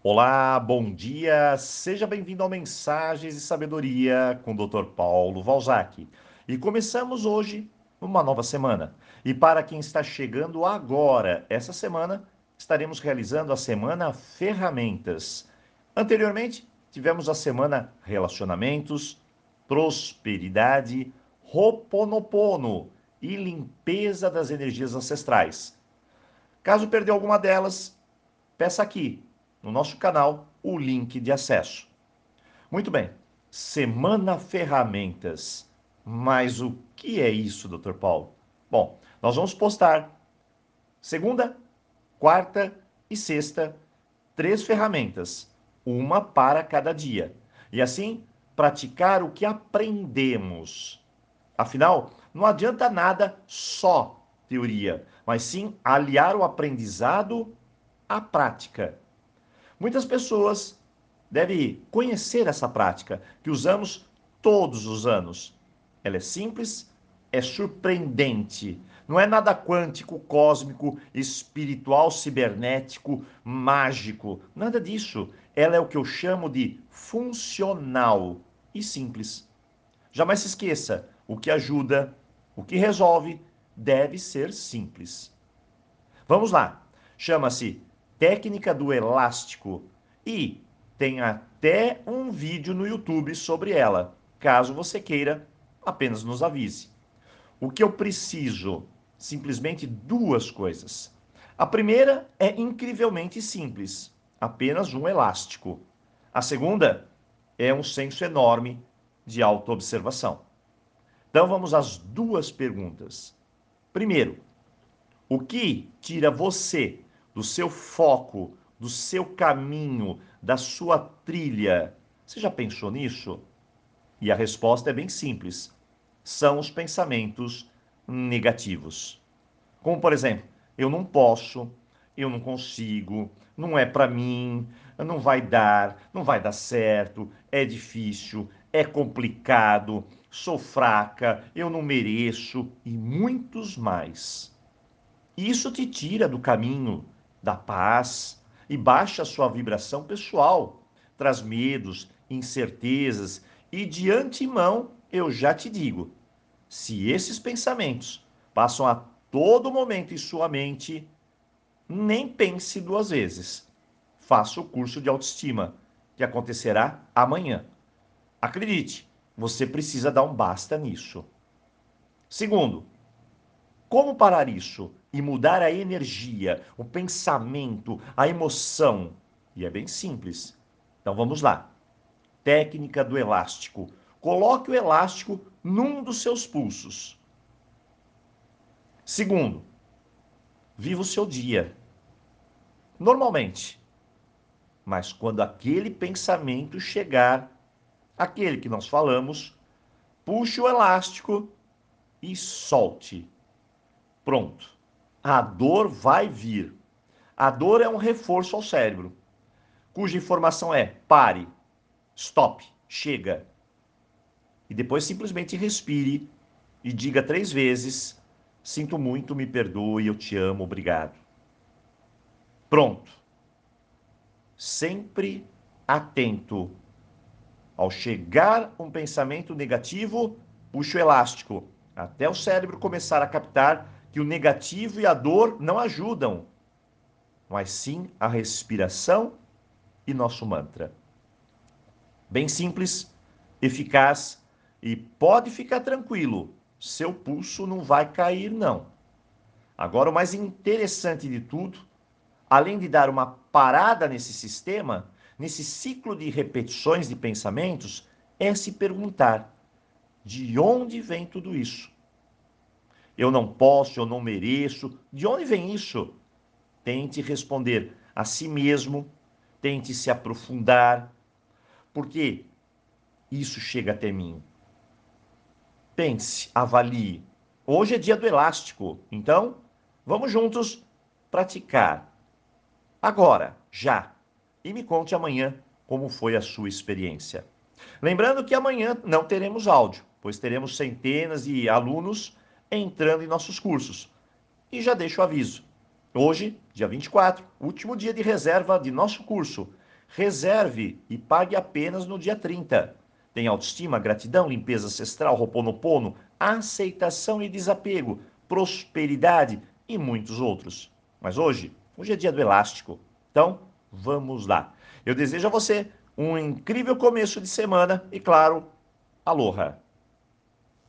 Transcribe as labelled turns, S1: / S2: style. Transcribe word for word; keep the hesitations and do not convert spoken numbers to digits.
S1: Olá, bom dia, seja bem-vindo ao Mensagens de Sabedoria com o doutor Paulo Valzac. E começamos hoje uma nova semana. E para quem está chegando agora, essa semana, estaremos realizando a semana Ferramentas. Anteriormente, tivemos a semana Relacionamentos, Prosperidade, Ho'oponopono e Limpeza das Energias Ancestrais. Caso perdeu alguma delas, peça aqui no nosso canal o link de acesso. Muito bem, Semana Ferramentas. Mas o que é isso, doutor Paulo? Bom, nós vamos postar segunda, quarta e sexta três ferramentas, uma para cada dia. E assim, praticar o que aprendemos. Afinal, não adianta nada só teoria, mas sim aliar o aprendizado à prática. Muitas pessoas devem conhecer essa prática que usamos todos os anos. Ela é simples, é surpreendente. Não é nada quântico, cósmico, espiritual, cibernético, mágico. Nada disso. Ela é o que eu chamo de funcional e simples. Jamais se esqueça: o que ajuda, o que resolve, deve ser simples. Vamos lá. Chama-se Técnica do Elástico e tem até um vídeo no YouTube sobre ela. Caso você queira, apenas nos avise. O que eu preciso? Simplesmente duas coisas. A primeira é incrivelmente simples, apenas um elástico. A segunda é um senso enorme de autoobservação. Então vamos às duas perguntas. Primeiro, o que tira você do seu foco, do seu caminho, da sua trilha? Você já pensou nisso? E a resposta é bem simples. São os pensamentos negativos. Como, por exemplo, eu não posso, eu não consigo, não é para mim, não vai dar, não vai dar certo, é difícil, é complicado, sou fraca, eu não mereço e muitos mais. Isso te tira do caminho da paz e baixa a sua vibração pessoal, traz medos, incertezas e de antemão eu já te digo, se esses pensamentos passam a todo momento em sua mente, nem pense duas vezes. Faça o curso de autoestima, que acontecerá amanhã. Acredite, você precisa dar um basta nisso. Segundo, como parar isso e mudar a energia, o pensamento, a emoção? E é bem simples. Então vamos lá. Técnica do elástico. Coloque o elástico num dos seus pulsos. Segundo, viva o seu dia. Normalmente. Mas quando aquele pensamento chegar, aquele que nós falamos, puxe o elástico e solte. Pronto. A dor vai vir. A dor é um reforço ao cérebro, cuja informação é pare, stop, chega. E depois simplesmente respire e diga três vezes: sinto muito, me perdoe, eu te amo, obrigado. Pronto. Sempre atento. Ao chegar um pensamento negativo, puxe o elástico, até o cérebro começar a captar que o negativo e a dor não ajudam, mas sim a respiração e nosso mantra. Bem simples, eficaz e pode ficar tranquilo, seu pulso não vai cair não. Agora o mais interessante de tudo, além de dar uma parada nesse sistema, nesse ciclo de repetições de pensamentos, é se perguntar: de onde vem tudo isso? Eu não posso, eu não mereço. De onde vem isso? Tente responder a si mesmo, tente se aprofundar, porque isso chega até mim. Pense, avalie. Hoje é dia do elástico, então vamos juntos praticar. Agora, já. E me conte amanhã como foi a sua experiência. Lembrando que amanhã não teremos áudio, pois teremos centenas de alunos entrando em nossos cursos. E já deixo o aviso. Hoje, dia vinte e quatro, último dia de reserva de nosso curso. Reserve e pague apenas no dia trinta. Tem autoestima, gratidão, limpeza ancestral, Ho'oponopono, aceitação e desapego, prosperidade e muitos outros. Mas hoje, hoje é dia do elástico. Então, vamos lá. Eu desejo a você um incrível começo de semana e, claro, aloha!